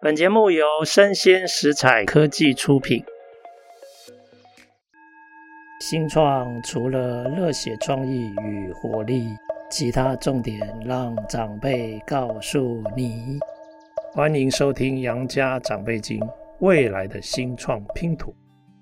本节目由生鲜食材科技出品。新创除了热血创意与活力，其他重点让长辈告诉你。欢迎收听杨家长辈经，未来的新创拼图。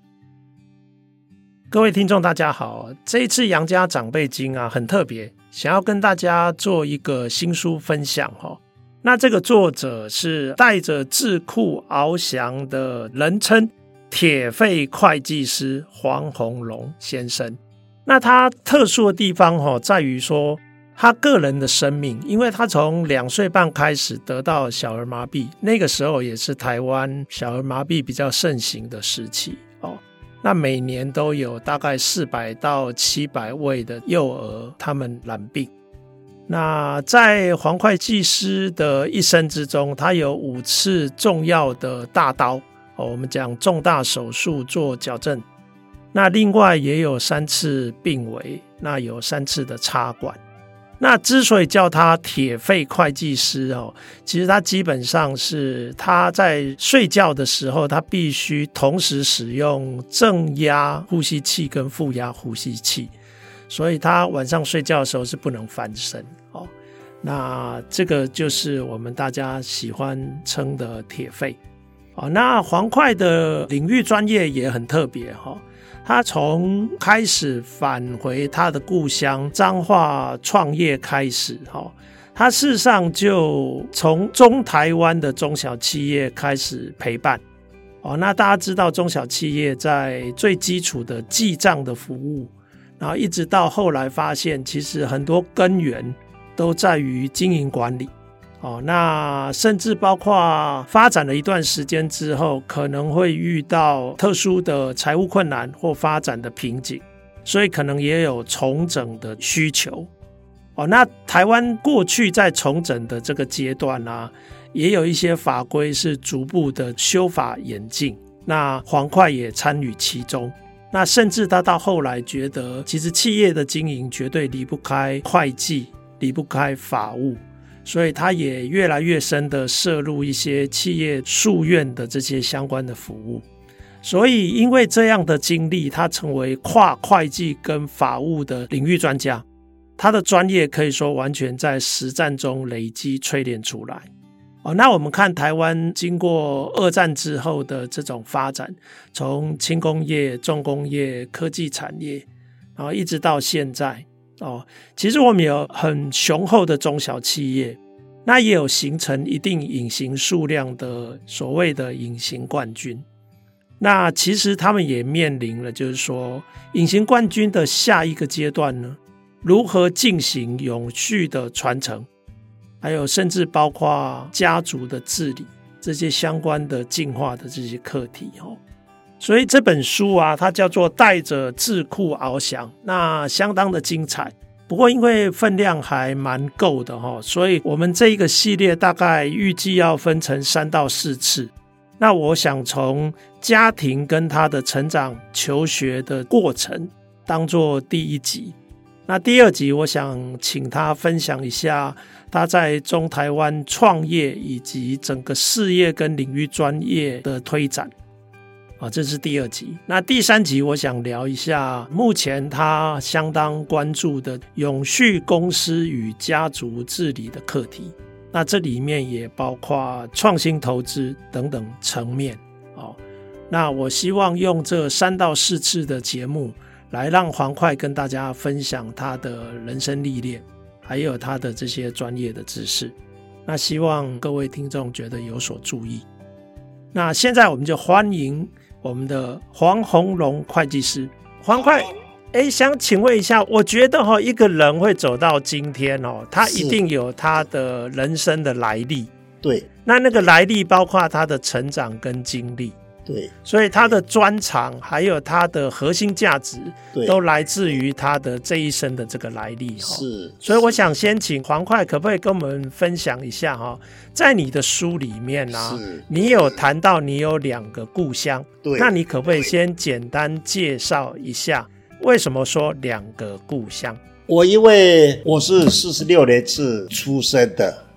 各位听众大家好，这一次杨家长辈经很特别，想要跟大家做一个新书分享。那这个作者是带着智库翱翔的人称铁肺会计师黄宏龙先生。那他特殊的地方在于说他个人的生命，因为他从2岁半开始得到小儿麻痹，那个时候也是台湾小儿麻痹比较盛行的时期。那每年都有大概400到700位的幼儿他们染病。那在黄会计师的一生之中，他有5次重要的大刀，我们讲重大手术做矫正。那另外也有3次病危，那有3次的插管。那之所以叫他铁肺会计师，其实他基本上是他在睡觉的时候，他必须同时使用正压呼吸器跟负压呼吸器，所以他晚上睡觉的时候是不能翻身。那这个就是我们大家喜欢称的铁肺。那黄会的领域专业也很特别，他从开始返回他的故乡彰化创业开始，他事实上就从中台湾的中小企业开始陪伴。那大家知道中小企业在最基础的记账的服务，然后一直到后来发现其实很多根源都在于经营管理。那甚至包括发展了一段时间之后，可能会遇到特殊的财务困难或发展的瓶颈，所以可能也有重整的需求。那台湾过去在重整的这个阶段也有一些法规是逐步的修法演进，那黄会也参与其中。那甚至他到后来觉得，其实企业的经营绝对离不开会计，离不开法务，所以他也越来越深的涉入一些企业诉愿的这些相关的服务。所以因为这样的经历，他成为跨会计跟法务的领域专家，他的专业可以说完全在实战中累积淬炼出来。那我们看台湾经过2战之后的这种发展，从轻工业、重工业、科技产业，然后一直到现在，其实我们有很雄厚的中小企业，那也有形成一定隐形数量的所谓的隐形冠军。那其实他们也面临了，就是说隐形冠军的下一个阶段呢，如何进行永续的传承，还有甚至包括家族的治理，这些相关的进化的这些课题。所以这本书它叫做带着智库翱翔，那相当的精彩。不过因为分量还蛮够的，所以我们这一个系列大概预计要分成3到4次。那我想从家庭跟他的成长求学的过程当作第1集，那第2集我想请他分享一下他在中台湾创业以及整个事业跟领域专业的推展。这是第2集。那第3集我想聊一下目前他相当关注的永续公司与家族治理的课题，那这里面也包括创新投资等等层面。那我希望用这3到4次的节目来让黄会跟大家分享他的人生历练，还有他的这些专业的知识，那希望各位听众觉得有所注意。那现在我们就欢迎我们的黄宏龙会计师。黄会想请问一下，我觉得一个人会走到今天他一定有他的人生的来历。 对， 那个来历包括他的成长跟经历。 对， 所以他的专长还有他的核心价值都来自于他的这一生的这个来历。 是， 所以我想先请黄会可不可以跟我们分享一下在你的书里面你有谈到你有2个故乡， 对， 那你可不可以先简单介绍一下为什么说2个故乡？ 因为我是46年次出生的，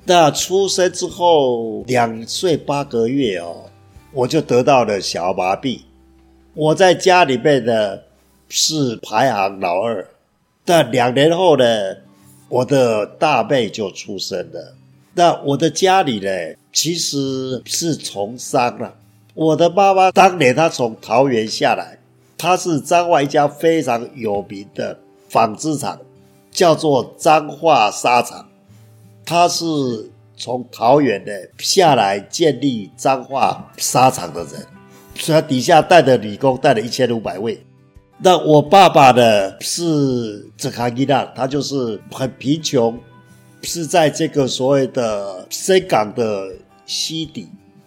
那出生之后2岁8个月我就得到了小儿麻痹。我在家里面呢是排行老二。那2年后呢，我的大妹就出生了。那我的家里呢，其实是从商了。我的妈妈当年她从桃园下来，她是彰化一家非常有名的纺织厂，叫做彰化纱厂。她是从桃园呢下来建立彰化纱厂的人，所以他底下带的女工带了1500位。那我爸爸呢是这卡吉纳，他就是很贫穷，是在这个所谓的深港的西底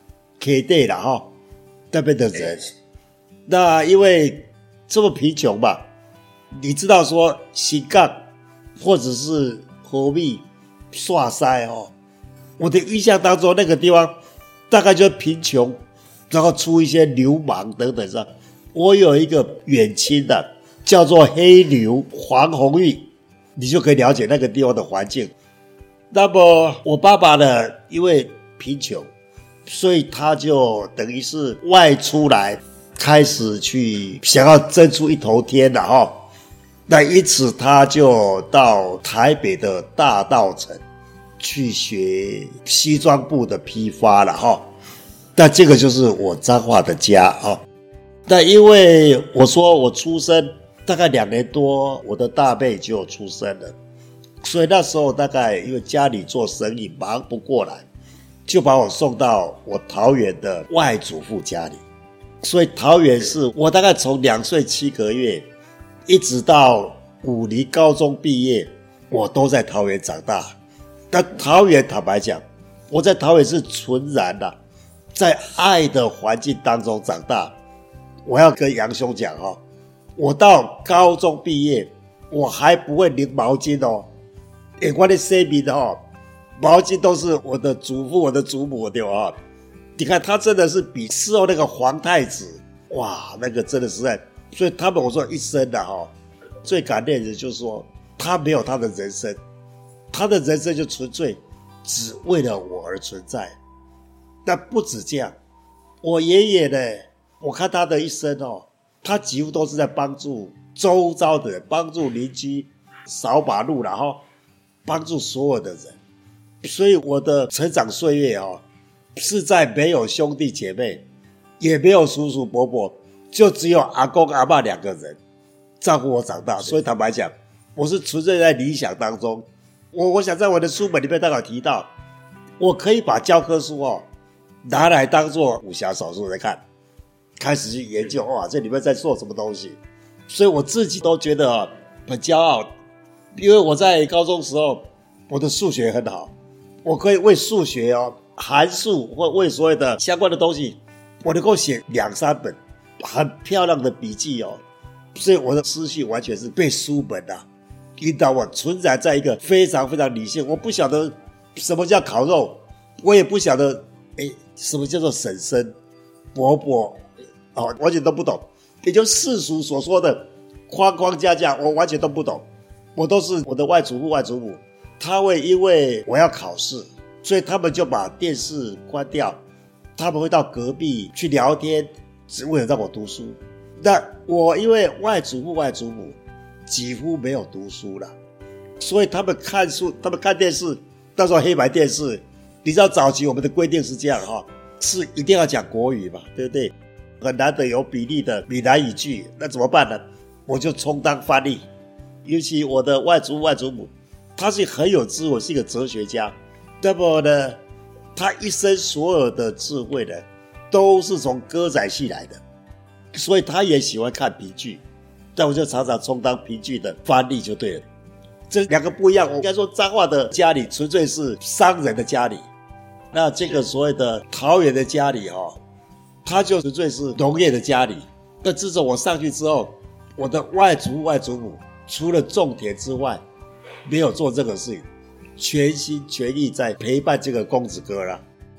K 地啦那边的人。那因为这么贫穷嘛，你知道说新港或者是河密刷塞我的印象当中那个地方大概就是贫穷，然后出一些流氓等等上。我有一个远亲的叫做黑牛黄红玉，你就可以了解那个地方的环境。那么我爸爸呢，因为贫穷，所以他就等于是外出来开始去想要争出一头天了那因此他就到台北的大稻埕去学西装布的批发了那这个就是我彰化的家那因为我说我出生大概2年多，我的大妹就出生了，所以那时候大概因为家里做生意忙不过来，就把我送到我桃园的外祖父家里。所以桃园是我大概从2岁7个月一直到武陵高中毕业，我都在桃园长大。那桃园坦白讲，我在桃园是纯然在爱的环境当中长大。我要跟杨兄讲我到高中毕业，我还不会拧毛巾我的生命毛巾都是我的祖父我的祖母对吧你看他真的是比事后那个皇太子，哇，那个真的实在，所以他们我说一生最感念的就是说他没有他的人生，他的人生就纯粹只为了我而存在。但不止这样，我爷爷呢，我看他的一生他几乎都是在帮助周遭的人，帮助邻居扫马路然后帮助所有的人。所以我的成长岁月是在没有兄弟姐妹，也没有叔叔伯伯，就只有阿公阿嬷2个人照顾我长大。所以坦白讲，我是纯粹在理想当中。我想在我的书本里面大概提到，我可以把教科书拿来当作武侠小说来看，开始去研究这里面在做什么东西。所以我自己都觉得很骄傲，因为我在高中时候我的数学很好，我可以为数学函数或为所有的相关的东西，我能够写2-3本很漂亮的笔记所以我的思绪完全是被书本引导我存在在一个非常非常理性。我不晓得什么叫烤肉，我也不晓得什么叫做婶婶伯伯完全都不懂。也就世俗所说的框框架架，我完全都不懂。我都是我的外祖父外祖母，他会因为我要考试，所以他们就把电视关掉，他们会到隔壁去聊天，只为了让我读书。那我因为外祖父外祖母几乎没有读书了，所以他们看书，他们看电视，那时候黑白电视，你知道早期我们的规定是这样是一定要讲国语嘛，对不对？很难得有比例的闽南语句，那怎么办呢？我就充当翻译。尤其我的外祖父外祖母，他是很有智慧，是一个哲学家。那么呢，他一生所有的智慧呢，都是从歌仔戏来的，所以他也喜欢看评剧。但我就常常充当评剧的翻译就对了。这2个不一样，我应该说彰化的家里纯粹是商人的家里，那这个所谓的桃园的家里他就纯粹是农业的家里。那自从我上去之后，我的外祖父外祖母除了种田之外没有做这个事情，全心全意在陪伴这个公子哥啦。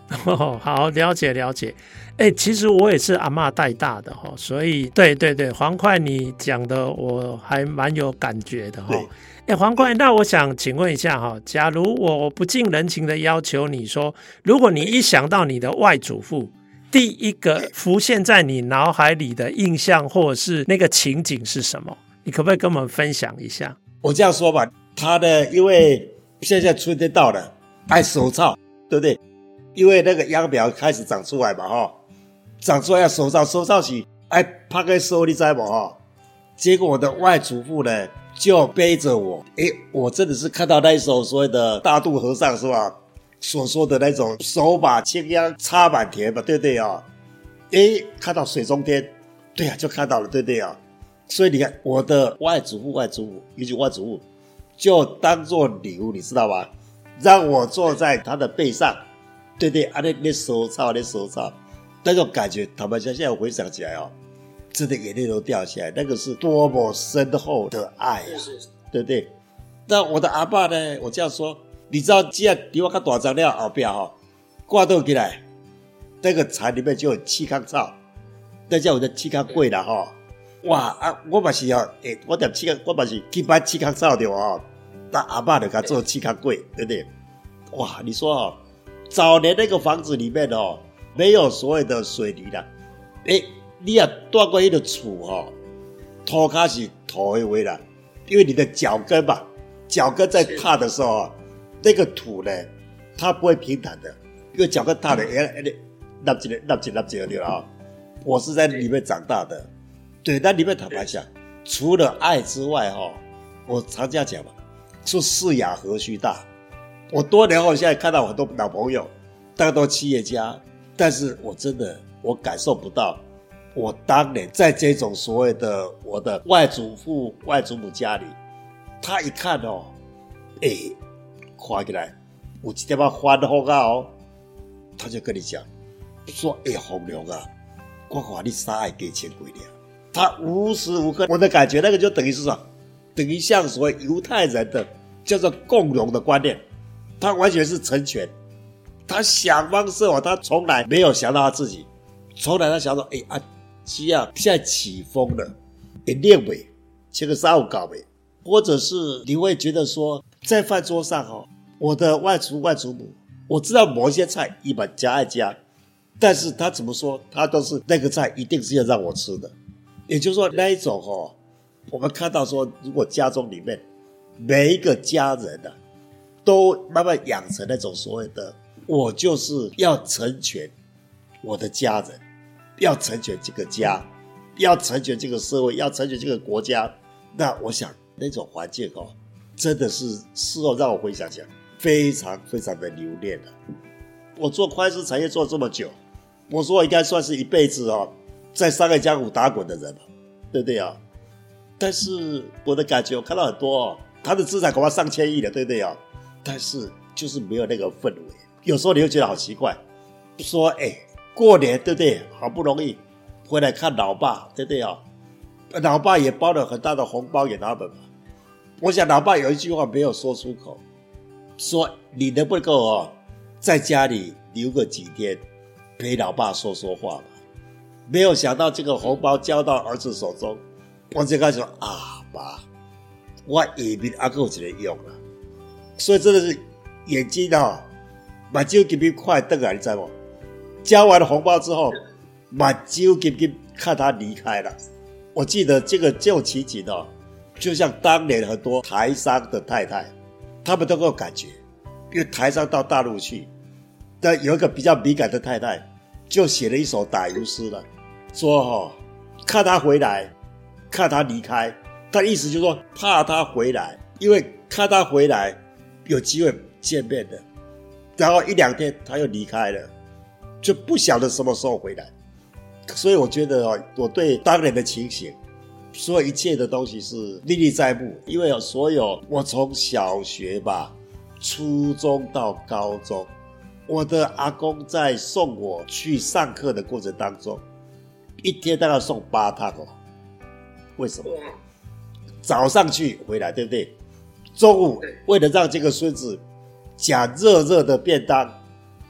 哦，好，了解了解。其实我也是阿嬷带大的哈，所以对对对，黄块你讲的我还蛮有感觉的哈。黄块，那我想请问一下哈，假如我不近人情的要求你说，如果你一想到你的外祖父，第一个浮现在你脑海里的印象或者是那个情景是什么？你可不可以跟我们分享一下？ 我这样说吧，他的因为现在春天到了，爱手草，对不对？因为那个秧苗开始长出来嘛，长出来要手草时爱拍个手，你知道吗？结果我的外祖父呢就背着我，我真的是看到那一首所谓的大肚和尚是吧？所说的那种手把青秧插满田嘛，对不对啊？看到水中天，对啊，就看到了，对不对啊？所以你看，我的外祖父，尤其外祖父，就当作礼物，你知道吗？让我坐在他的背上，对不对？那手操，那种感觉，坦白讲，现在我回想起来真的眼泪都掉下来，那个是多么深厚的爱啊，对不对？那我的阿爸呢？我这样说，你知道，既然离我较大张了后边挂倒起来，那个蚕里面就有气康草，那叫我的气康贵了哇我嘛是我点气康，我嘛是去买气康草的那阿爸就给他做气康贵，对不对？哇，你说早年那个房子里面没有所谓的水泥的，你也住过那个厝土脚是土的位啦，因为你的脚跟在踏的时候那个土呢，它不会平坦的，因为脚跟踏的立一对了我是在里面长大的，对，那里面坦白讲，除了爱之外我常这样讲嘛，说是养何须大。我多年后现在看到很多老朋友，大家都企业家，但是我感受不到。我当年在这种所谓的我的外祖父、外祖母家里，他一看看起来有一点翻风他就跟你讲说红娘我看你3爱给钱几两。他无时无刻，我的感觉那个就等于是什么？等于像所谓犹太人的叫做共荣的观念，他完全是成全。他想方设法，他从来没有想到他自己，从来他想说现在起风了，练尾，这个啥有搞没？或者是你会觉得说，在饭桌上我的外祖母，我知道某一些菜一般加爱加，但是他怎么说，他都是那个菜一定是要让我吃的。也就是说那一种我们看到说，如果家中里面每一个家人都慢慢养成那种所谓的，我就是要成全我的家人，要成全这个家，要成全这个社会，要成全这个国家，那我想那种环境真的是事后让我回想起来非常非常的留恋的。我做快速产业做这么久，我说我应该算是一辈子在商业江湖打滚的人，对不对啊？但是我的感觉，我看到很多他的资产恐怕上千亿了，对不对啊？但是就是没有那个氛围。有时候你会觉得好奇怪，说过年对不对？好不容易回来看老爸，对不对啊？老爸也包了很大的红包给他们嘛。我想老爸有一句话没有说出口，说你能不能够在家里留个几天陪老爸说说话嘛？没有想到这个红包交到儿子手中，我就开始说爸，我下面还有一个用啦。所以真的是眼睛目睭紧紧快瞪来，你知道吗？交完了红包之后，目睭紧紧看他离开了。我记得这种情景就像当年很多台商的太太，他们都有感觉，因为台商到大陆去，但有一个比较敏感的太太，就写了一首打油诗了，说看他回来，看他离开，他的意思就是说怕他回来，因为看他回来有机会见面的，然后1-2天他又离开了，就不晓得什么时候回来。所以我觉得我对当年的情形，所有一切的东西是历历在目。因为所有我从小学吧，初中到高中，我的阿公在送我去上课的过程当中，一天大概送8趟为什么？早上去回来，对不对？中午为了让这个孙子夹热热的便当，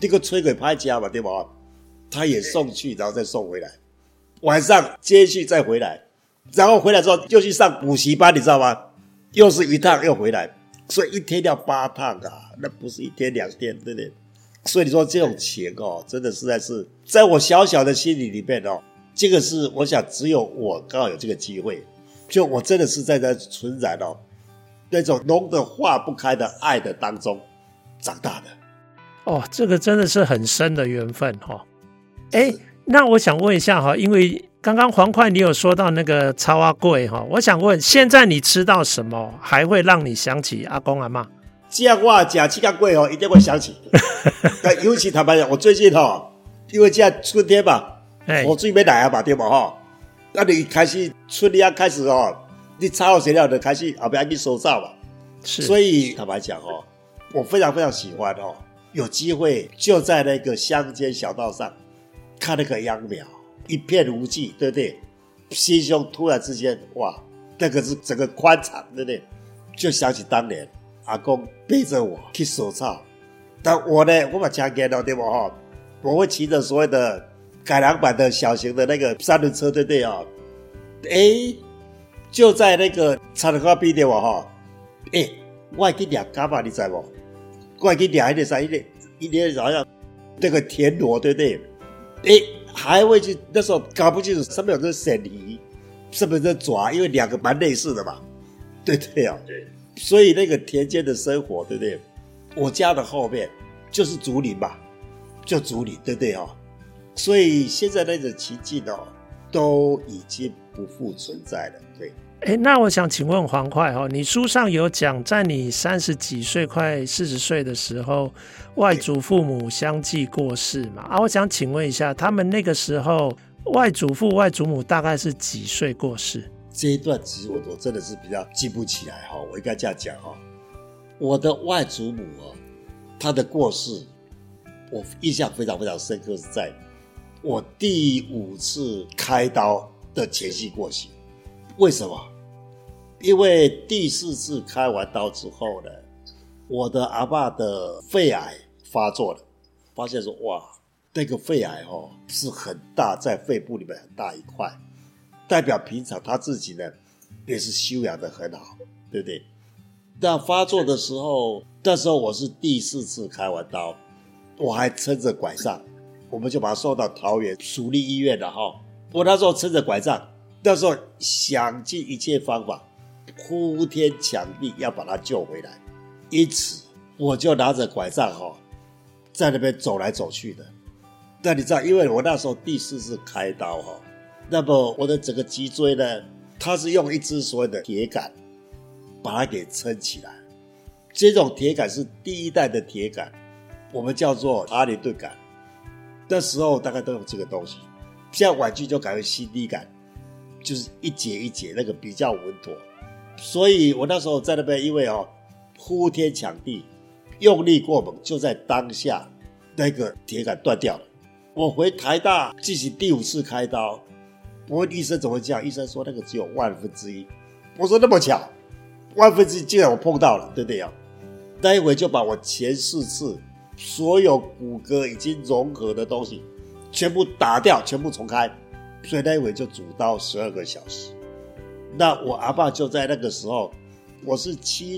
那个吹鬼拍家嘛，对吧？他也送去，然后再送回来，晚上接续再回来，然后回来之后又去上补习班，你知道吗？又是一趟又回来，所以一天要8趟啊，那不是1天2天，对不对？所以你说这种钱哦，真的实在是在我小小的心里面哦，这个是我想只有我刚好有这个机会，就我真的是在那纯然哦那种浓得化不开的爱的当中长大的。 哦，这个真的是很深的缘分哈。那我想问一下哈，因为刚刚黄快你有说到那个草仔粿哈，我想问，现在你吃到什么还会让你想起阿公阿嬷？ 这样我吃七甲粿哦，一定会想起。尤其坦白讲，我最近因为现在春天嘛，我水要来啊嘛，对吧哈？那你开始春天开始你炒好材料的开始后边去收草嘛，所以坦白讲我非常非常喜欢有机会就在那个乡间小道上看那个秧苗，一片无际，对不对？心胸突然之间，哇，那个是整个宽敞，对不对？就想起当年阿公背着我去收草，但我呢，我把家给了，对吧？我会骑着所谓的改良版的小型的那个3轮车，对不对？就在那个差点快边对吧？我还去抓蛤蟆，你知道不？我还去抓一点好像那个田螺，对不对？还会去那时候搞不清楚上面有个鳝鱼，上面在抓，因为2个蛮类似的嘛，对不对啊？对。所以那个田间的生活，对不对？我家的后面就是竹林嘛，就竹林，对不对？所以现在那种情境都已经不复存在了，对。 那我想请问黄快你书上有讲，在你30几岁快40岁的时候，外祖父母相继过世嘛？我想请问一下，他们那个时候外祖父外祖母大概是几岁过世？ 这一段其实我真的是比较记不起来我应该这样讲我的外祖母她的过世，我印象非常非常深刻，是在我第5次开刀的前夕过世。为什么？因为第4次开完刀之后呢，我的阿嬷的肺癌发作了，发现说哇，那个肺癌是很大，在肺部里面很大一块，代表平常他自己呢也是修养的很好，对不对？那发作的时候，那时候我是第4次开完刀，我还撑着拐杖，我们就把他送到桃园属立医院了我那时候撑着拐杖，那时候想尽一切方法，呼天抢地要把他救回来，因此我就拿着拐杖在那边走来走去的。那你知道，因为我那时候第4次开刀那么我的整个脊椎呢，它是用一支所谓的铁杆把它给撑起来，这种铁杆是第1代的铁杆，我们叫做哈林顿杆，那时候大概都用这个东西，现在玩具就改为 CD 杆，就是一节一节，那个比较稳妥。所以我那时候在那边，因为呼天抢地，用力过猛，就在当下那个铁杆断掉了。我回台大进行第5次开刀，我问医生怎么这样，医生说那个只有1/1000。我说那么巧，1/1000竟然我碰到了，对不对那一回就把我前4次所有骨骼已经融合的东西全部打掉，全部重开，所以那一回就主刀12个小时。那我阿嬷就在那个时候，我是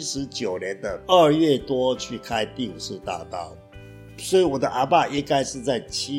79年的2月多去开第5次大刀，所以我的阿嬷应该是在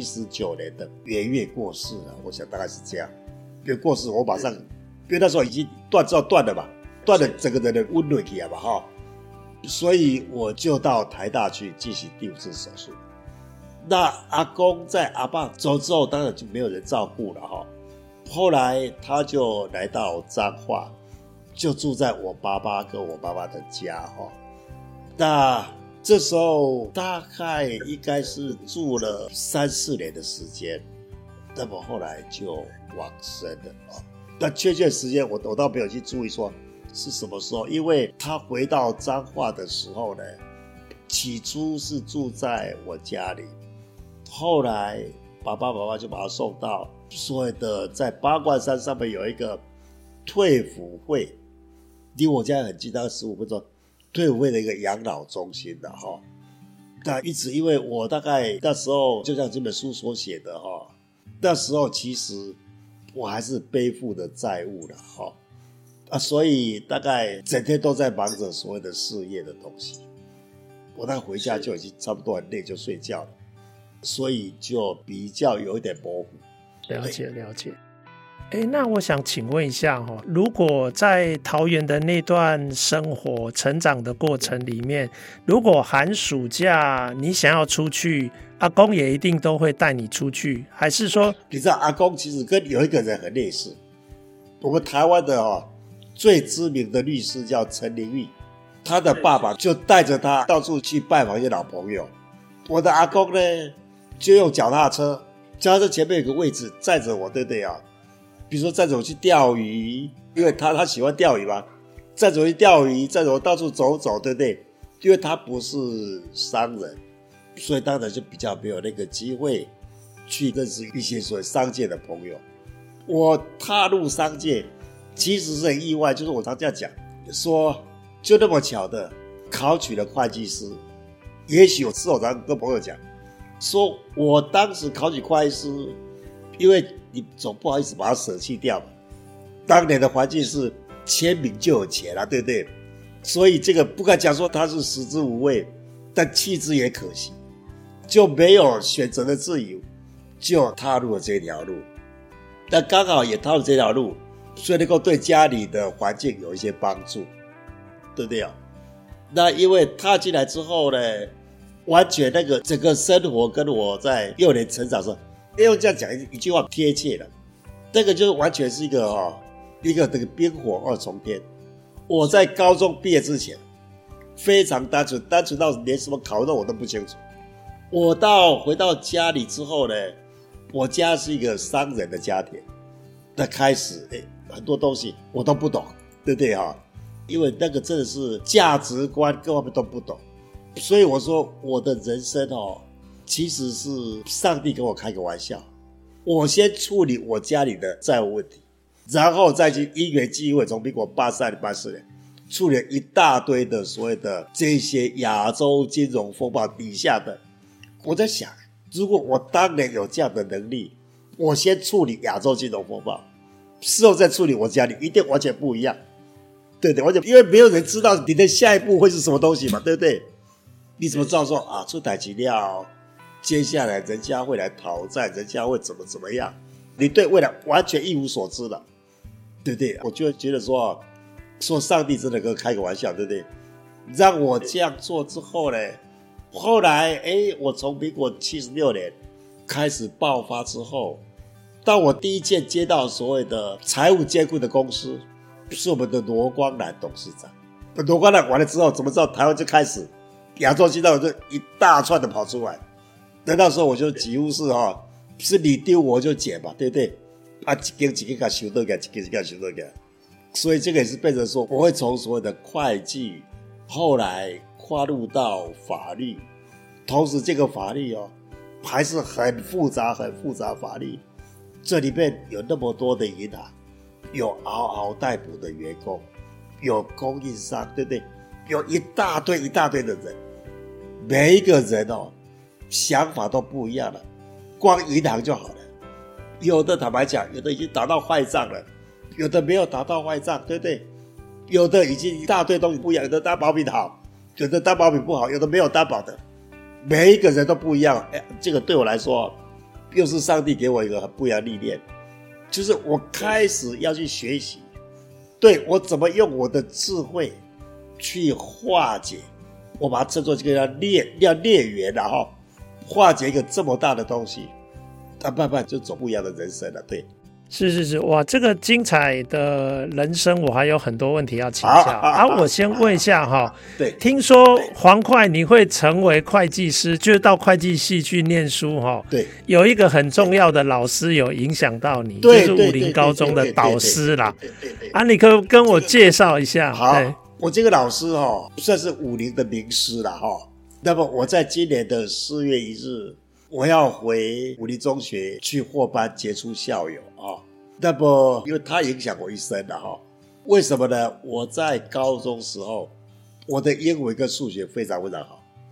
79年的元月过世了，我想大概是这样。因为过世我马上，因为那时候已经断了嘛，断了整个人的温暖起来嘛所以我就到台大去进行第5次手术。那阿公在阿嬷走之后，当然就没有人照顾了后来他就来到彰化，就住在我爸爸跟我妈妈的家那这时候大概应该是住了3-4年的时间，那么后来就往生了那确切时间我倒没有去注意说是什么时候，因为他回到彰化的时候呢，起初是住在我家里，后来爸爸妈妈就把他送到所谓的在八卦山上面有一个退辅会，离我家很近，大概15分钟，退辅会的一个养老中心的但一直因为我大概那时候就像这本书所写的那时候其实我还是背负的债务了所以大概整天都在忙着所谓的事业的东西。我那回家就已经差不多很累，就睡觉了，所以就比较有一点模糊。 了解了解。那我想请问一下如果在桃园的那段生活成长的过程里面，如果寒暑假你想要出去，阿公也一定都会带你出去，还是说你知道阿公其实跟有一个人很类似，我们台湾的最知名的律师叫陈玲玉，他的爸爸就带着他到处去拜访一些老朋友。我的阿公呢就用脚踏车前面有个位置载着我，对不对啊？比如说载着我去钓鱼，因为他喜欢钓鱼嘛，载着我去钓鱼，载着我到处走走，对不对？因为他不是商人，所以当然就比较没有那个机会去认识一些所谓商界的朋友。我踏入商界其实是很意外，就是我常这样讲说，就那么巧的考取了会计师。也许我事后常跟朋友讲说，我当时考取会计师，因为你总不好意思把它舍弃掉嘛。当年的环境是签名就有钱对不对？所以这个不敢讲说他是食之无味，但弃之也可惜，就没有选择的自由，就踏入了这条路。但刚好也踏入这条路，所以能够对家里的环境有一些帮助，对不对？那因为踏进来之后呢，完全那个整个生活跟我在幼年成长的时候，用这样讲一句话贴切了，那个就完全是一个那个冰火二重天。我在高中毕业之前非常单纯到连什么考试我都不清楚。我回到家里之后呢，我家是一个商人的家庭，那开始很多东西我都不懂，对不对因为那个真的是价值观各方面都不懂。所以我说我的人生其实是上帝跟我开个玩笑，我先处理我家里的债务问题，然后再去因缘际会，从民国83年84年处理一大堆的所谓的这些亚洲金融风暴底下的。我在想，如果我当年有这样的能力，我先处理亚洲金融风暴，事后再处理我家里，一定完全不一样，对不对？完全因为没有人知道你的下一步会是什么东西嘛，对不对？你怎么知道说出代志了，接下来人家会来讨债，人家会怎么样？你对未来完全一无所知了，对不对？我就觉得说上帝真的跟我开个玩笑，对不对？让我这样做之后呢，后来我从民国76年开始爆发之后，到我第一件接到所谓的财务监控的公司，是我们的罗光南董事长。罗光南完了之后，怎么知道台湾就开始亚洲金融就一大串的跑出来？那时候我就几乎是你丢我就捡嘛，对不对？一个给收到个，一个给收到个。所以这个也是变成说，我会从所谓的会计，后来跨入到法律，同时这个法律还是很复杂法律。这里面有那么多的银行，有嗷嗷待哺的员工，有供应商，对不对？有一大堆的人，每一个人想法都不一样了。光银行就好了，有的坦白讲，有的已经打到坏账了，有的没有打到坏账，对不对？有的已经一大堆东西不一样，有的担保品好，有的担保品不好，有的没有担保的，每一个人都不一样。这个对我来说又是上帝给我一个很不一样的历练，就是我开始要去学习，对，我怎么用我的智慧去化解，我把它称作这个叫孽缘化解一个这么大的东西，慢慢就走不一样的人生了。对， 是，哇，这个精彩的人生，我还有很多问题要请教。我先问一下对， 听说黄会你会成为会计师，就是到会计系去念书对， 有一个很重要的老师有影响到你， 对， 就是武林高中的导师啦。 对， 你可不跟我介绍一下？ 好，我这个老师算是武林的名师啦那么我在今年的4月1日，我要回武林中学去获颁杰出校友那么因为他影响我一生了为什么呢？我在高中时候，我的英文跟数学非常好，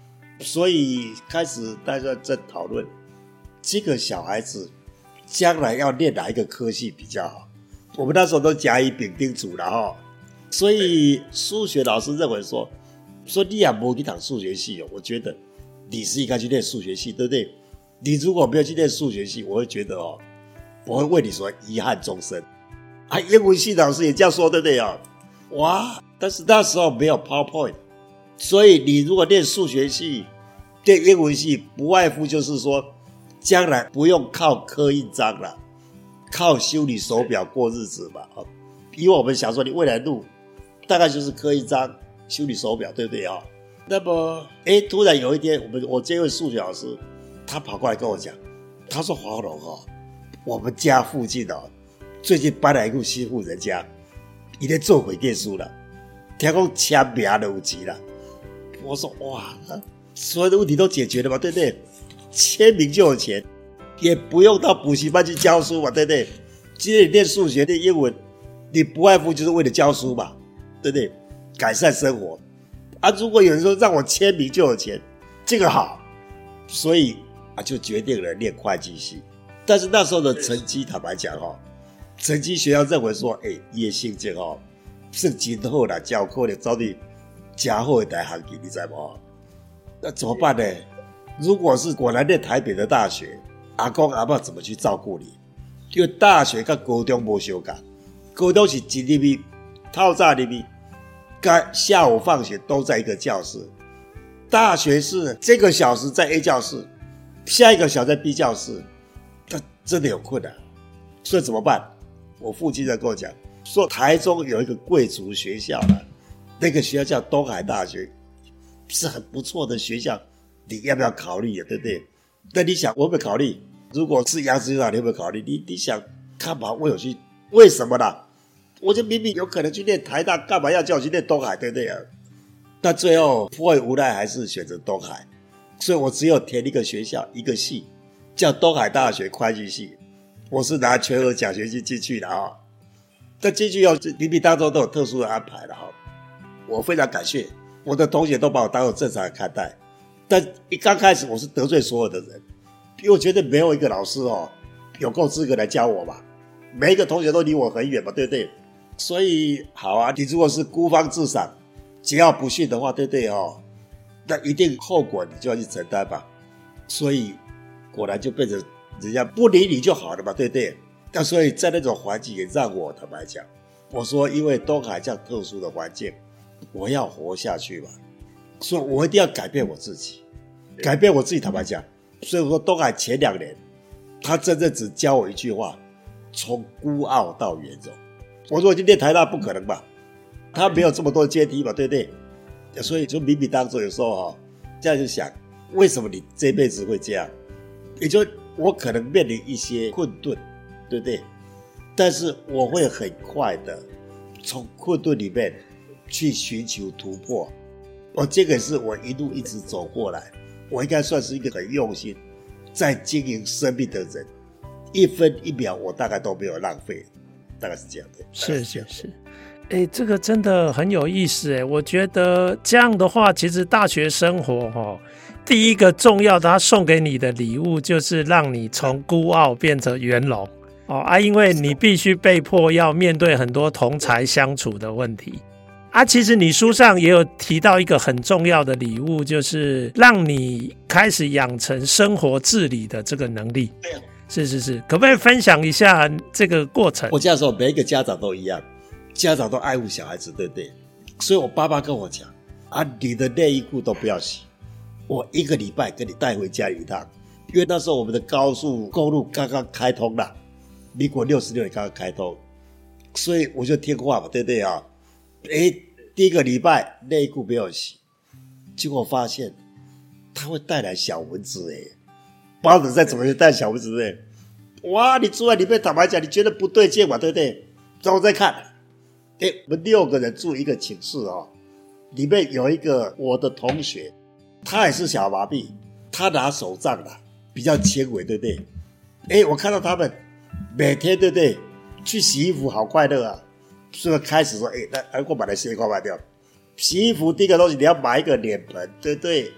所以开始大家在讨论这个小孩子将来要念哪一个科系比较好。我们那时候都甲乙丙丁组了哈，所以数学老师认为说你也没去读数学系哦，我觉得你是应该去念数学系，对不对？你如果没有去念数学系，我会觉得哦，我会为你所遗憾终身。啊，英文系老师也这样说，对不对啊？哇！但是那时候没有 PowerPoint， 所以你如果念数学系、念英文系，不外乎就是说，将来不用靠刻印章了，靠修理手表过日子嘛。因为我们想说，你未来路大概就是刻印章、修理手表，对不对啊？那么，突然有一天，我这位数学老师，他跑过来跟我讲，他说：“黄龙哦，我们家附近哦，最近搬来一户新户人家，他在做会计师了，听说签名都有钱了。”我说：“哇，所有的问题都解决了嘛，对不对？签名就有钱，也不用到补习班去教书嘛，对不对？今天你念数学、念英文，你不外乎就是为了教书嘛，对不对？改善生活。啊，如果有人说让我签名就有钱，这个好，所以就决定了念会计系。但是那时候的成绩，坦白讲成绩学校认为说，他的成绩算真好啦，才有可能走去很好的大学去，你知道吗？那怎么办呢？如果是果然念台北的大学，阿公阿嬷怎么去照顾你？因为大学跟高中不相同，高中是一入去，透早入去，跟下午放学都在一个教室。大学是这个小时在 A 教室，下一个小时在 B 教室，那真的有困难。所以怎么办？我父亲在跟我讲，说台中有一个贵族学校了，那个学校叫东海大学，是很不错的学校，你要不要考虑啊？对不对？那你想我会考虑，如果是杨子长，你会不会考虑？你想干嘛为我去？为什么啦？我就明明有可能去念台大，干嘛要叫我去念东海，对不对啊？那最后迫于无奈还是选择东海，所以我只有填一个学校一个系，叫东海大学会计系。我是拿全额奖学金进去的啊。但进去后冥冥当中都有特殊的安排了哈。我非常感谢我的同学都把我当作正常人看待，但一刚开始我是得罪所有的人，因为我觉得没有一个老师有够资格来教我嘛，每一个同学都离我很远嘛，对不对？所以好啊，你如果是孤芳自赏、桀骜不驯的话，对不对那一定后果你就要去承担吧。所以果然就变成人家不理你就好了嘛，对不对？但所以在那种环境也让我坦白讲，我说因为东海这样特殊的环境，我要活下去嘛，所以我一定要改变我自己，改变我自己。坦白讲，所以我说东海前2年，他真正只教我一句话：从孤傲到圆融。我说我今天台大不可能吧，他没有这么多阶梯嘛，对不对？所以就冥冥当中有时候这样就想，为什么你这辈子会这样？也就我可能面临一些困顿，对不对？但是我会很快的从困顿里面去寻求突破。这个是我一路一直走过来，我应该算是一个很用心在经营生命的人，一分一秒我大概都没有浪费，大概是这样的。 是。这个真的很有意思。我觉得这样的话，其实大学生活第一个重要的，他送给你的礼物就是让你从孤傲变成圆融因为你必须被迫要面对很多同侪相处的问题其实你书上也有提到一个很重要的礼物，就是让你开始养成生活自理的这个能力。是，可不可以分享一下这个过程？ 我这样说，每一个家长都一样，家长都爱护小孩子，对不对？所以我爸爸跟我讲你的内衣裤都不要洗，我1个礼拜给你带回家里一趟。因为那时候我们的高速公路刚刚开通了，民国66年刚刚开通，所以我就听话嘛，对不对第1个礼拜内裤没有洗，结果发现它会带来小蚊子包子再怎么去带小蚊子哇，你住在里面，坦白讲你觉得不对劲嘛，对不对？然后再看我们6个人住一个寝室里面有一个我的同学，他也是小麻痹，他拿手杖比较轻微，对不对？我看到他们每天对不对去洗衣服，好快乐所以开始说那我把它先快卖掉。洗衣服第一个东西你要买一个脸盆，对不对？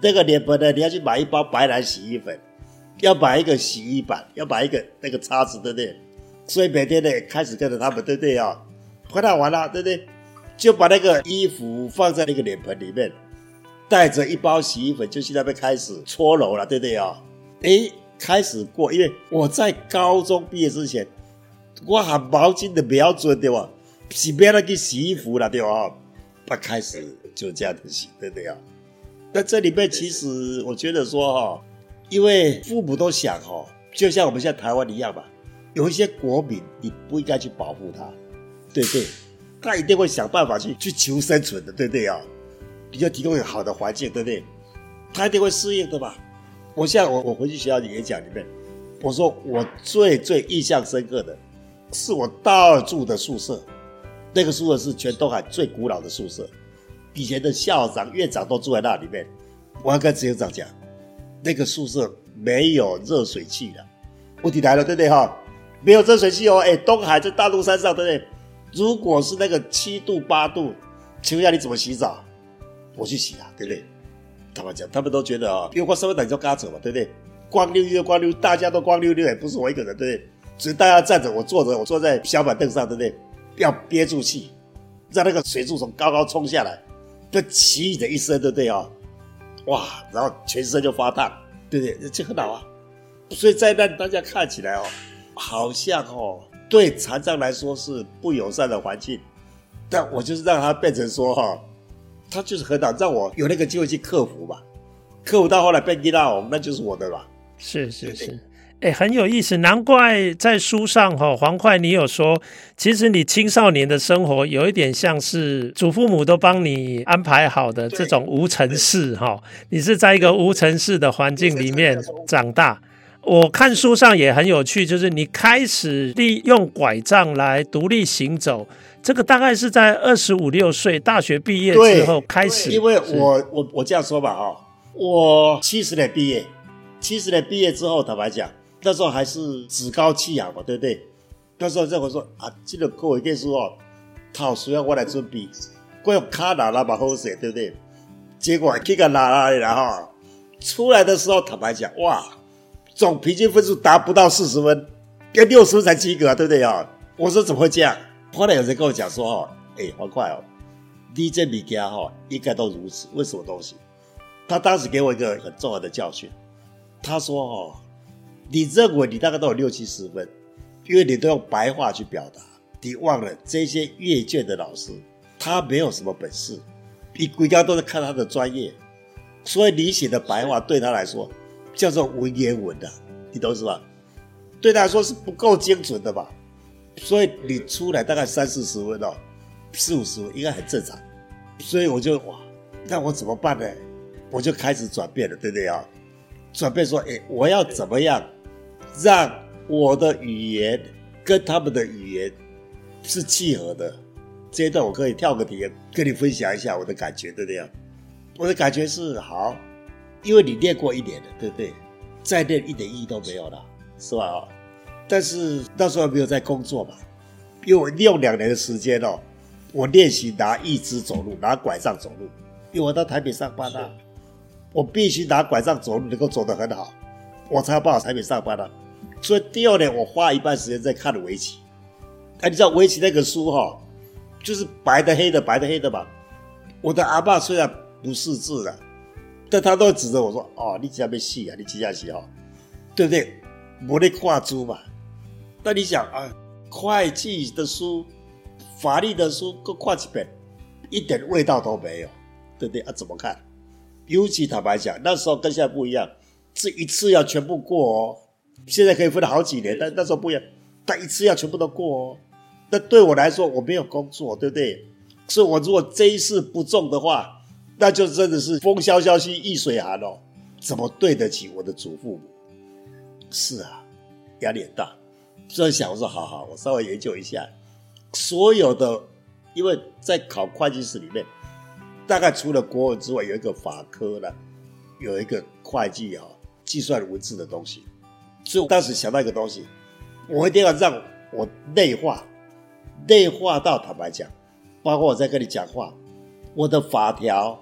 那个脸盆呢，你要去买一包白兰洗衣粉，要买一个洗衣板，要买一个那个叉子，对不对？所以每天呢开始跟着他们，对不对啊？回来完了，对不对？就把那个衣服放在那个脸盆里面，带着一包洗衣粉就去那边开始搓揉了，对不对啊？开始过，因为我在高中毕业之前，我含毛巾的标准对吧？是不要去洗衣服了，对吧？开始就这样子洗，对不对啊？那这里面其实我觉得说因为父母都想就像我们现在台湾一样吧，有一些国民你不应该去保护他，对不对？他一定会想办法去求生存的，对不对啊？你就提供一个好的环境，对不对？他一定会适应的吧？我回去学校演讲里面，我说我最印象深刻的是我大二住的宿舍，那个宿舍是全东海最古老的宿舍，以前的校长、院长都住在那里面。我要跟执行长讲，那个宿舍没有热水器了。问题来了，对不对哈？没有热水器东海在大肚山上，对不对？如果是那个7度8度，请问一下你怎么洗澡？我去洗啊，对不对？他们讲，他们都觉得因为我身份等就跟他走嘛，对不对？光溜溜，大家都光溜溜，也不是我一个人，对不对？所以大家站着，我坐着，我坐在小板凳上，对不对？要憋住气，让那个水柱从高高冲下来，就起的一声，对不对啊？哇，然后全身就发烫，对不对？这很好啊。所以在让大家看起来好像对残障来说是不友善的环境，但我就是让它变成说它就是很好，让我有那个机会去克服吧。克服到后来变吉他红，那就是我的吧。 是，很有意思，难怪在书上黄快你有说，其实你青少年的生活有一点像是祖父母都帮你安排好的这种无尘室你是在一个无尘室的环境里面长大。我看书上也很有趣，就是你开始利用拐杖来独立行走，这个大概是在25、26岁大学毕业之后开始。 因为我这样说吧我70年毕业，70年毕业之后，坦白讲，那时候还是趾高气扬嘛，对不对？那时候我说这个课会书套需要我来准备，我用卡拿嘛好势，对不对？结果去个拿了出来的时候，坦白讲，哇，总平均分数达不到40分，跟60分才及格对不对我说怎么会这样？后来有人跟我讲说黄快你这物件应该都如此，为什么东西？他当时给我一个很重要的教训，他说你认为你大概都有60、70分，因为你都用白话去表达，你忘了这些阅卷的老师他没有什么本事，你规家都在看他的专业，所以你写的白话对他来说叫做文言文的，你懂是吧？对他来说是不够精准的吧？所以你出来大概30、40分40、50分应该很正常。所以我就那我怎么办呢？我就开始转变了，对不对转变说我要怎么样让我的语言跟他们的语言是契合的。这一段我可以跳个题跟你分享一下我的感觉，对不对我的感觉是好，因为你练过1年了，对不对？再练一点意义都没有了，是吧但是那时候没有在工作嘛，因为我利用2年的时间我练习拿义肢走路，拿拐杖走路，因为我到台北上班我必须拿拐杖走路能够走得很好，我才有办法台北上班所以第2年我花一半时间在看围棋。你知道围棋那个书就是白的黑的白的黑的嘛。我的阿嬷虽然不识字了，但他都指着我说你这样被戏你这样戏对不对？没在看书嘛。那你想会计的书、法律的书各看一遍，一点味道都没有，对不对怎么看？尤其坦白讲，那时候跟现在不一样，是一次要全部过现在可以分了好几年，但那时候不一样，但一次要全部都过那对我来说我没有工作，对不对？所以我如果这一次不中的话，那就真的是风萧萧兮易水寒怎么对得起我的祖父母？是压力很大。所以想我说好，我稍微研究一下所有的，因为在考会计师里面，大概除了国文之外，有一个法科呢，有一个会计计算文字的东西。所以我当时想到一个东西，我一定要让我内化到坦白讲，包括我在跟你讲话，我的法条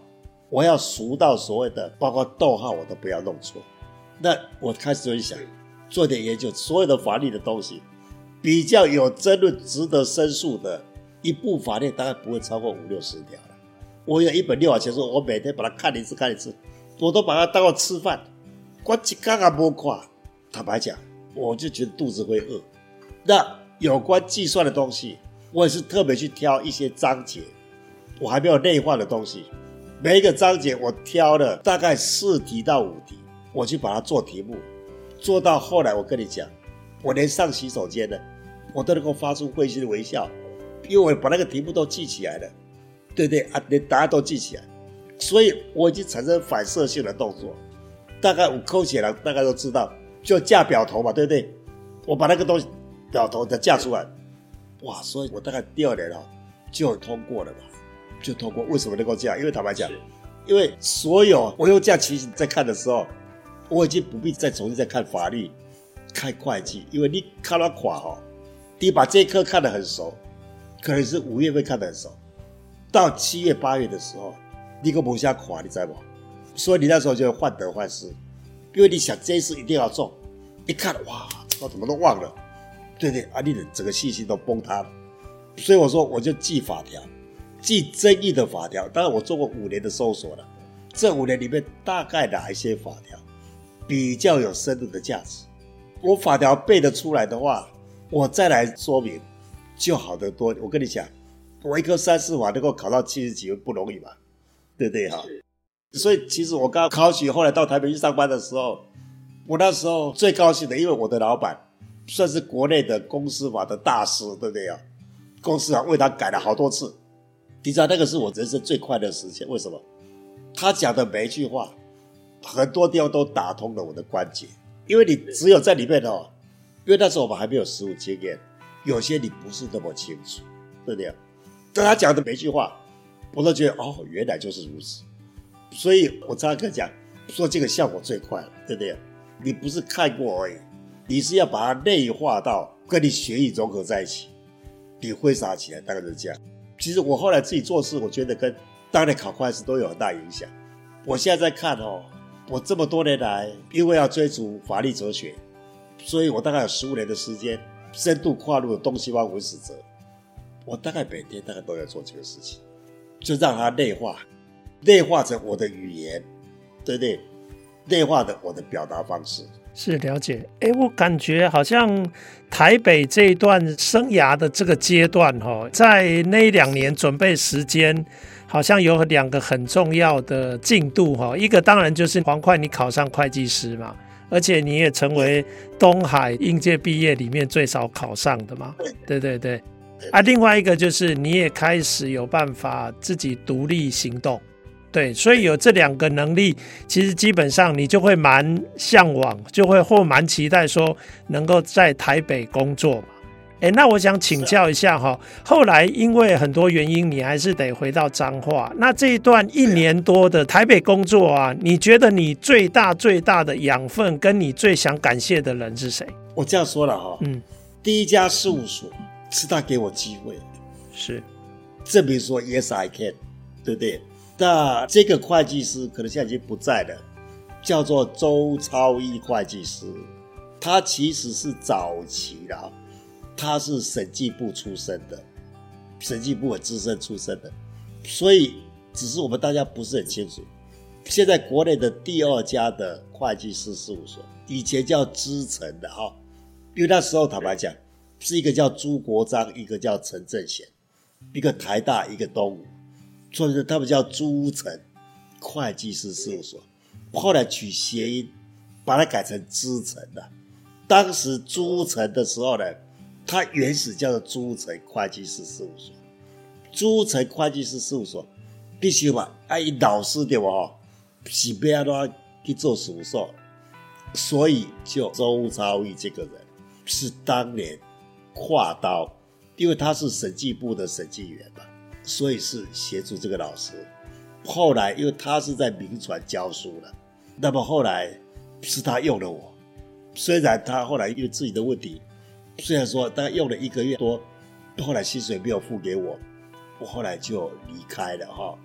我要熟到所谓的包括逗号我都不要弄错。那我开始就想做点研究，所有的法律的东西比较有争论值得申诉的一部法律大概不会超过50-60条了。我有一本600钱书，我每天把它看一次，我都把它当作吃饭，我一天也没看。坦白讲，我就觉得肚子会饿。那有关计算的东西，我也是特别去挑一些章节，我还没有内化的东西，每一个章节我挑了大概4题到5题，我去把它做题目，做到后来我跟你讲，我连上洗手间呢，我都能够发出会心的微笑，因为我把那个题目都记起来了，对不对啊？连答案都记起来，所以我已经产生反射性的动作。大概5扣起来，大概都知道，就架表头嘛，对不对？我把那个东西表头再架出来，哇！所以我大概第2年就通过了嘛，就通过。为什么能够这样？因为坦白讲，因为所有我用这样情形在看的时候，我已经不必再重新再看法律、看会计，因为你看到垮你把这一科看得很熟，可能是5月份看得很熟，到7月8月的时候，你都没下垮，你知道吗？所以你那时候就会患得患失，因为你想这一次一定要中，一看哇，我怎么都忘了，对不对啊？你的整个信心都崩塌了。所以我说我就记法条，记争议的法条。当然我做过5年的搜索了，这5年里面大概哪一些法条比较有深度的价值，我法条背得出来的话，我再来说明就好得多。我跟你讲，我一科3次法能够考到70几分不容易嘛，对不对哈？所以其实我刚考取后来到台北去上班的时候，我那时候最高兴的，因为我的老板算是国内的公司法的大师，对不对啊？公司法为他改了好多次，你知道那个是我人生最快乐的时间。为什么？他讲的每一句话很多地方都打通了我的关节，因为你只有在里面因为那时候我们还没有实务经验，有些你不是那么清楚，对不对啊？但他讲的每一句话我都觉得原来就是如此。所以我常常跟他讲说，这个效果最快了，对不对？你不是看过而已，你是要把它内化到跟你学艺融合在一起，你挥洒起来大概就是这样。其实我后来自己做事，我觉得跟当年考会计都有很大影响。我现在在看我这么多年来，因为要追逐法律哲学，所以我大概有15年的时间深度跨入了东西方文史哲，我大概每天大概都要做这个事情，就让它内化成我的语言，对不对？内化的我的表达方式。 是，了解。我感觉好像台北这一段生涯的这个阶段在那2年准备时间好像有2个很重要的进度一个当然就是黄快你考上会计师嘛，而且你也成为东海应届毕业里面最少考上的嘛，对对对另外一个就是你也开始有办法自己独立行动，对，所以有这2个能力，其实基本上你就会蛮向往，就会或蛮期待说能够在台北工作嘛。那我想请教一下后来因为很多原因你还是得回到彰化，那这一段1年多的台北工作啊，你觉得你最大的养分跟你最想感谢的人是谁？ 我这样说了第一家事务所是他给我机会，是证明说 yes I can， 对不对？那这个会计师可能现在已经不在了，叫做周超一会计师，他其实是早期的他是审计部出身的，审计部很资深出身的，所以只是我们大家不是很清楚。现在国内的第2家的会计师事务所，以前叫资诚的因为那时候坦白讲，是一个叫朱国璋，一个叫陈正贤，一个台大，一个东吴，所以他们叫朱诚会计师事务所，后来取谐音把它改成资诚的。当时朱诚的时候呢，它原始叫做朱诚会计师事务所。朱诚会计师事务所必须嘛老师对吧是要怎么去做事务所，所以就周超一这个人是当年跨刀，因为他是审计部的审计员嘛，所以是协助这个老师。后来因为他是在铭传教书了，那么后来是他用了我，虽然他后来因为自己的问题，虽然说大概用了1个月多，后来薪水没有付给我，我后来就离开了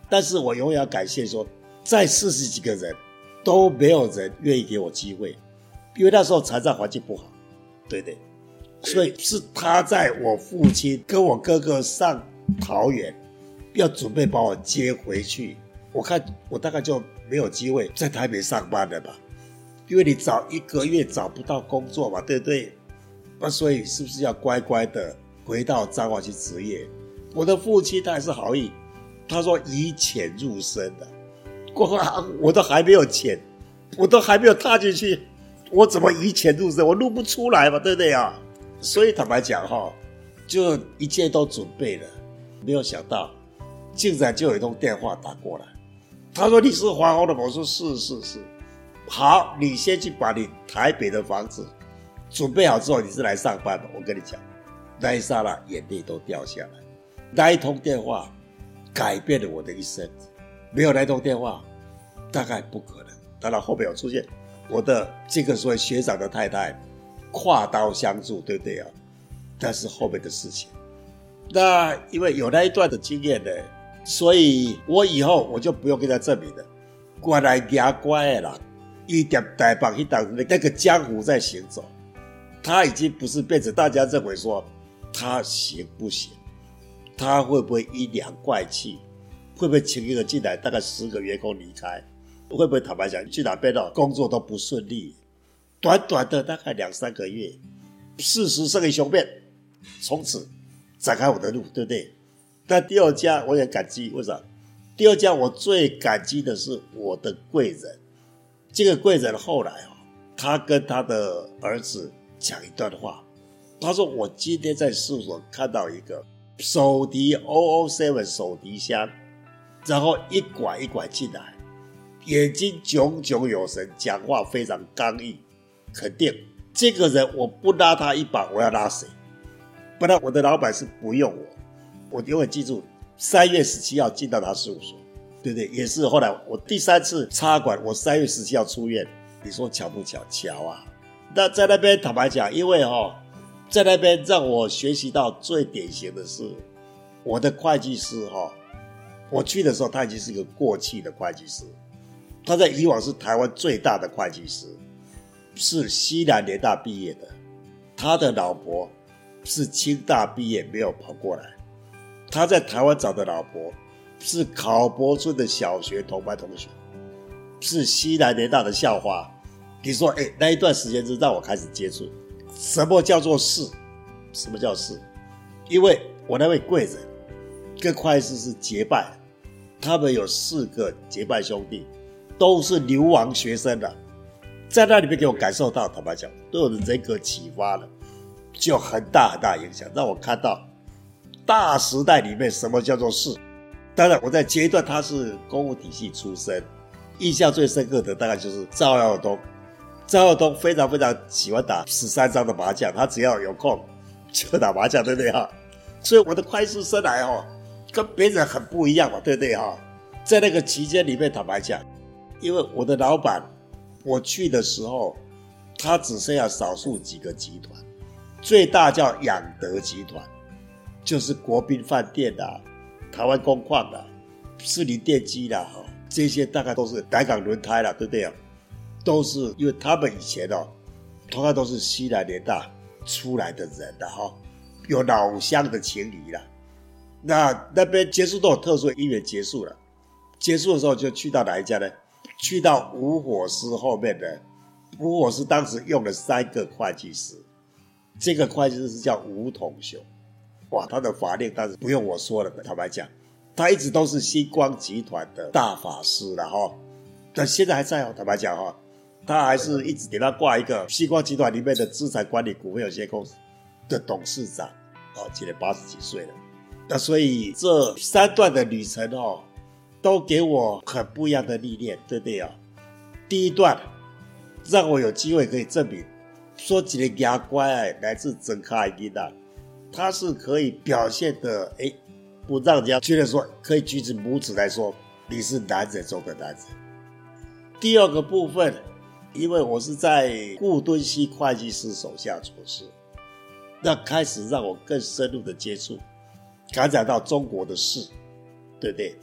但是我永远要感谢说，在40几个人都没有人愿意给我机会，因为那时候财政环境不好，对不对？所以是他在我父亲跟我哥哥上桃园，要准备把我接回去，我看我大概就没有机会在台北上班了吧，因为你早1个月找不到工作嘛，对不对？那所以是不是要乖乖的回到彰化去职业？我的父亲他还是好意，他说以钱入身的，我都还没有钱，我都还没有踏进去，我怎么以钱入身？我入不出来嘛，对不对啊？所以坦白讲就一切都准备了，没有想到竟然就有一通电话打过来，他说你是华宏的吗？我说是，好，你先去把你台北的房子准备好之后，你是来上班的。我跟你讲，那一刹那眼泪都掉下来，那一通电话改变了我的一生，没有那一通电话大概不可能。当然后面有出现我的这个所谓学长的太太跨刀相助，对不对啊？但是后面的事情，那因为有那一段的经验呢，所以我以后我就不用跟他证明了。原来牙乖的人，他在台北那个江湖在行走，他已经不是变成大家认为说他行不行，他会不会阴阳怪气，会不会请一个进来大概10个员工离开，会不会坦白讲去哪边工作都不顺利。短短的大概2-3个月，事实胜于雄辩，从此展开我的路，对不对？但第二家我也感激，为啥？第二家我最感激的是我的贵人。这个贵人后来他跟他的儿子讲一段话，他说我今天在事务所看到一个手提007手提箱，然后一拐一拐进来，眼睛炯炯有神，讲话非常刚毅，肯定这个人我不拉他一把，我要拉谁？不然我的老板是不用我永远记住3月17号进到他事务所，对不对？也是后来我第3次插管，我3月17号出院，你说巧不巧？巧啊！那在那边坦白讲，因为在那边让我学习到最典型的是我的会计师我去的时候他已经是一个过气的会计师，他在以往是台湾最大的会计师，是西南联大毕业的，他的老婆是清大毕业没有跑过来，他在台湾找的老婆是考博村的小学同班同学，是西南联大的校花。你说那一段时间是让我开始接触什么叫做事，什么叫事，因为我那位贵人跟会计师是结拜，他们有4个结拜兄弟，都是流亡学生的，在那里面给我感受到，坦白讲对我的人格启发了，就很大很大影响，让我看到大时代里面什么叫做事。当然我在阶段他是公务体系出身，印象最深刻的大概就是赵耀东。赵耀东非常非常喜欢打13张的麻将，他只要有空就打麻将，对不对所以我的会计师生涯跟别人很不一样嘛，对不对在那个期间里面坦白讲，因为我的老板我去的时候他只剩下少数几个集团，最大叫养德集团，就是国宾饭店台湾工矿士林电机这些大概都是南港轮胎对不对都是因为他们以前同样都是西南联大出来的人有老乡的情谊那边结束都有特殊的因缘结束了，结束的时候就去到哪一家呢？去到吴火狮后面的吴火狮，当时用了3个会计师，这个会计师是叫吴统雄，哇，他的法令当时不用我说了，坦白讲他一直都是星光集团的大法师但现在还在坦白讲他还是一直给他挂一个星光集团里面的资产管理股份有限公司的董事长今年80几岁了。那所以这3段的旅程都给我很不一样的历练，对不对第一段让我有机会可以证明说一个牙乖来自整卡的囡仔，他是可以表现的不让人家觉得说可以举起拇指来说你是男人中的男人。第二个部分，因为我是在顾敦熙会计师手下做事，那开始让我更深入的接触感染到中国的事，对不对？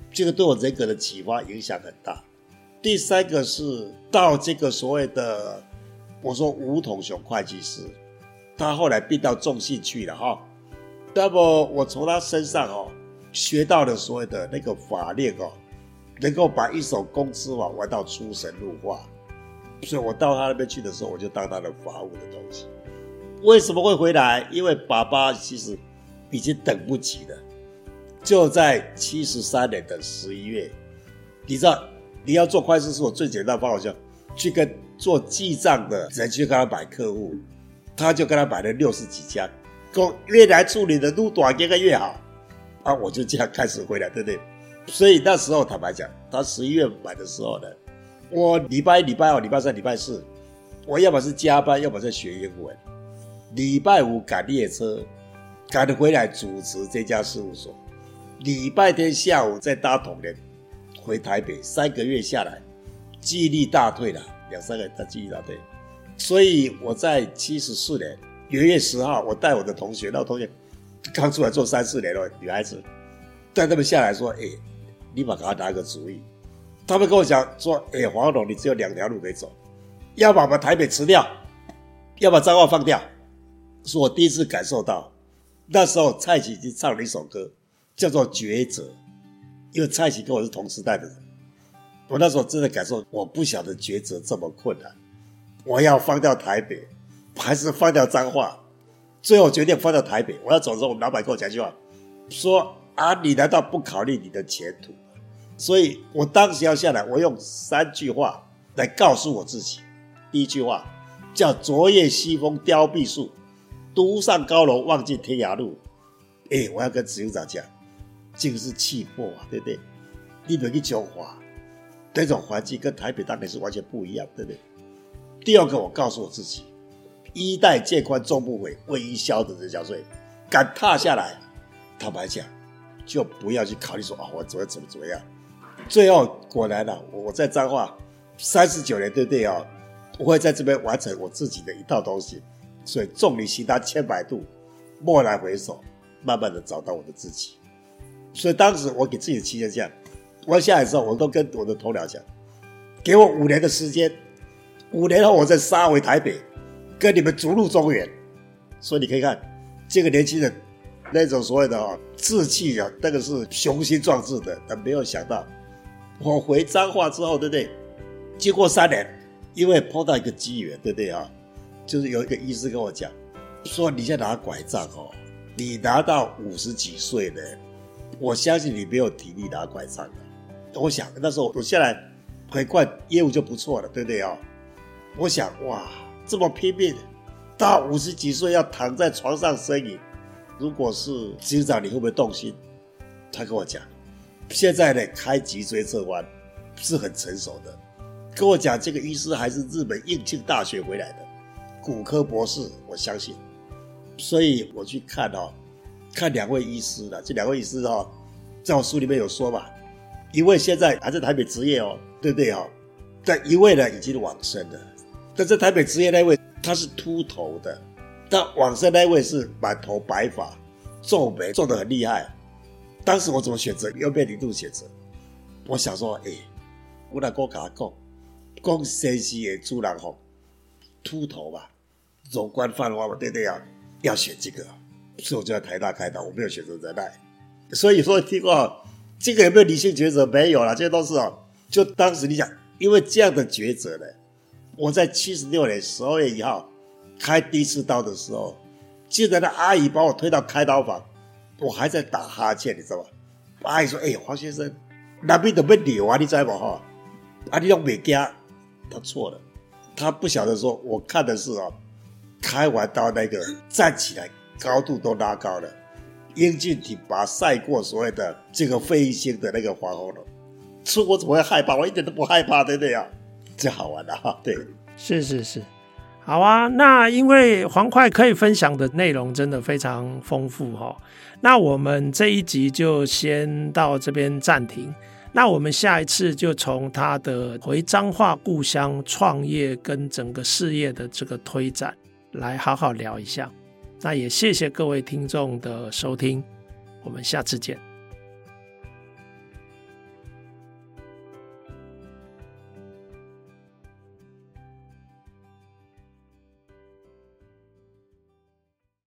这个对我人格的启发影响很大。第三个是到这个所谓的我说吴统雄会计师，他后来变到中信去了哈。那么我从他身上学到了所谓的那个法令能够把一手公司法玩到出神入化。所以我到他那边去的时候，我就当他的法务的东西。为什么会回来？因为爸爸其实已经等不及了。就在73年的11月，你知道你要做会计师，我最简单的方法就去跟做记账的人去跟他买客户，他就跟他买了60几家，说越来处理的越短越越好啊，我就这样开始回来，对不对？所以那时候坦白讲，他11月买的时候呢，我礼拜一、礼拜二、礼拜三、礼拜四，我要么是加班，要么在学英文。礼拜五赶列车，赶得回来主持这家事务所。礼拜天下午再搭统联回台北，3个月下来，记忆力大退了，2-3个月他记忆力大退。所以我在74年元月10号，我带我的同学，那同学刚出来做3-4年了，女孩子，带他们下来说：“你把给他拿个主意。”他们跟我讲说：“黄董，你只有2条路可以走，要把我们台北吃掉，要把彰化放掉。”是我第一次感受到，那时候蔡启已经唱了一首歌，叫做《抉择》，因为蔡启跟我是同时代的人，我那时候真的感受，我不晓得抉择这么困难，我要放掉台北，还是放掉彰化？最后决定放掉台北。我要走的时候，我们老板跟我讲一句话，说：“你难道不考虑你的前途？”所以我当时要下来，我用3句话来告诉我自己。第一句话叫“昨夜西风凋碧树，独上高楼望尽天涯路”。我要跟执行长讲，这个是气魄啊，对不对？你们去中华那种环境跟台北当然是完全不一样，对不对？第二个，我告诉我自己，衣带渐宽终不悔，为伊消得人憔悴。敢踏下来，坦白讲，就不要去考虑说我怎么样。最后果然我在彰化39年，对不对我会在这边完成我自己的一套东西。所以众里行他千百度，蓦然回首，慢慢的找到我的自己。所以当时我给自己的期限这样，我下来之后，我都跟我的头鸟讲，给我5年的时间，5年后我再杀回台北，跟你们逐鹿中原。所以你可以看这个年轻人那种所谓的志气那个是雄心壮志的。但没有想到我回彰化之后，对不对？经过3年，因为碰到一个机缘，对不对就是有一个医师跟我讲，说你现在拿拐杖你拿到50几岁了，我相信你没有体力拿拐杖的。我想那时候我下来很快业务就不错了，对不对我想哇，这么拼命，到50几岁要躺在床上呻吟，如果是执行长你会不会动心？他跟我讲，现在呢开脊椎侧弯是很成熟的，跟我讲这个医师还是日本应庆大学回来的骨科博士，我相信。所以我去看看2位医师了，这2位医师在我书里面有说嘛，一位现在还在台北执业对不对但一位呢已经往生了。但在台北执业那位他是秃头的，但往生那位是满头白发，皱眉皱得很厉害。当时我怎么选择？又被0度选择。我想说我那哥跟他讲先生的主人秃头吧，容光焕发嘛，对不对要选这个。所以我就在台大开刀，我没有选择仁爱。所以说听过这个有没有理性抉择？没有啦，这些都是就当时你讲，因为这样的抉择呢，我在76年12月1号开第一次刀的时候，竟然的阿姨把我推到开刀房，我还在打哈欠，你知道吗？阿姨说：“黄先生，那边怎么流啊？你知道吗？你都没惊。”他错了，他不晓得说，我看的是开完刀那个站起来高度都拉高了，英俊挺拔赛过所谓的这个费玉清的那个黄喉咙。所以我怎么会害怕？我一点都不害怕，对不对这好玩对， 是，好啊。那因为黄会可以分享的内容真的非常丰富那我们这一集就先到这边暂停。那我们下一次就从他的回彰化故乡创业跟整个事业的这个推展来好好聊一下。那也谢谢各位听众的收听，我们下次见。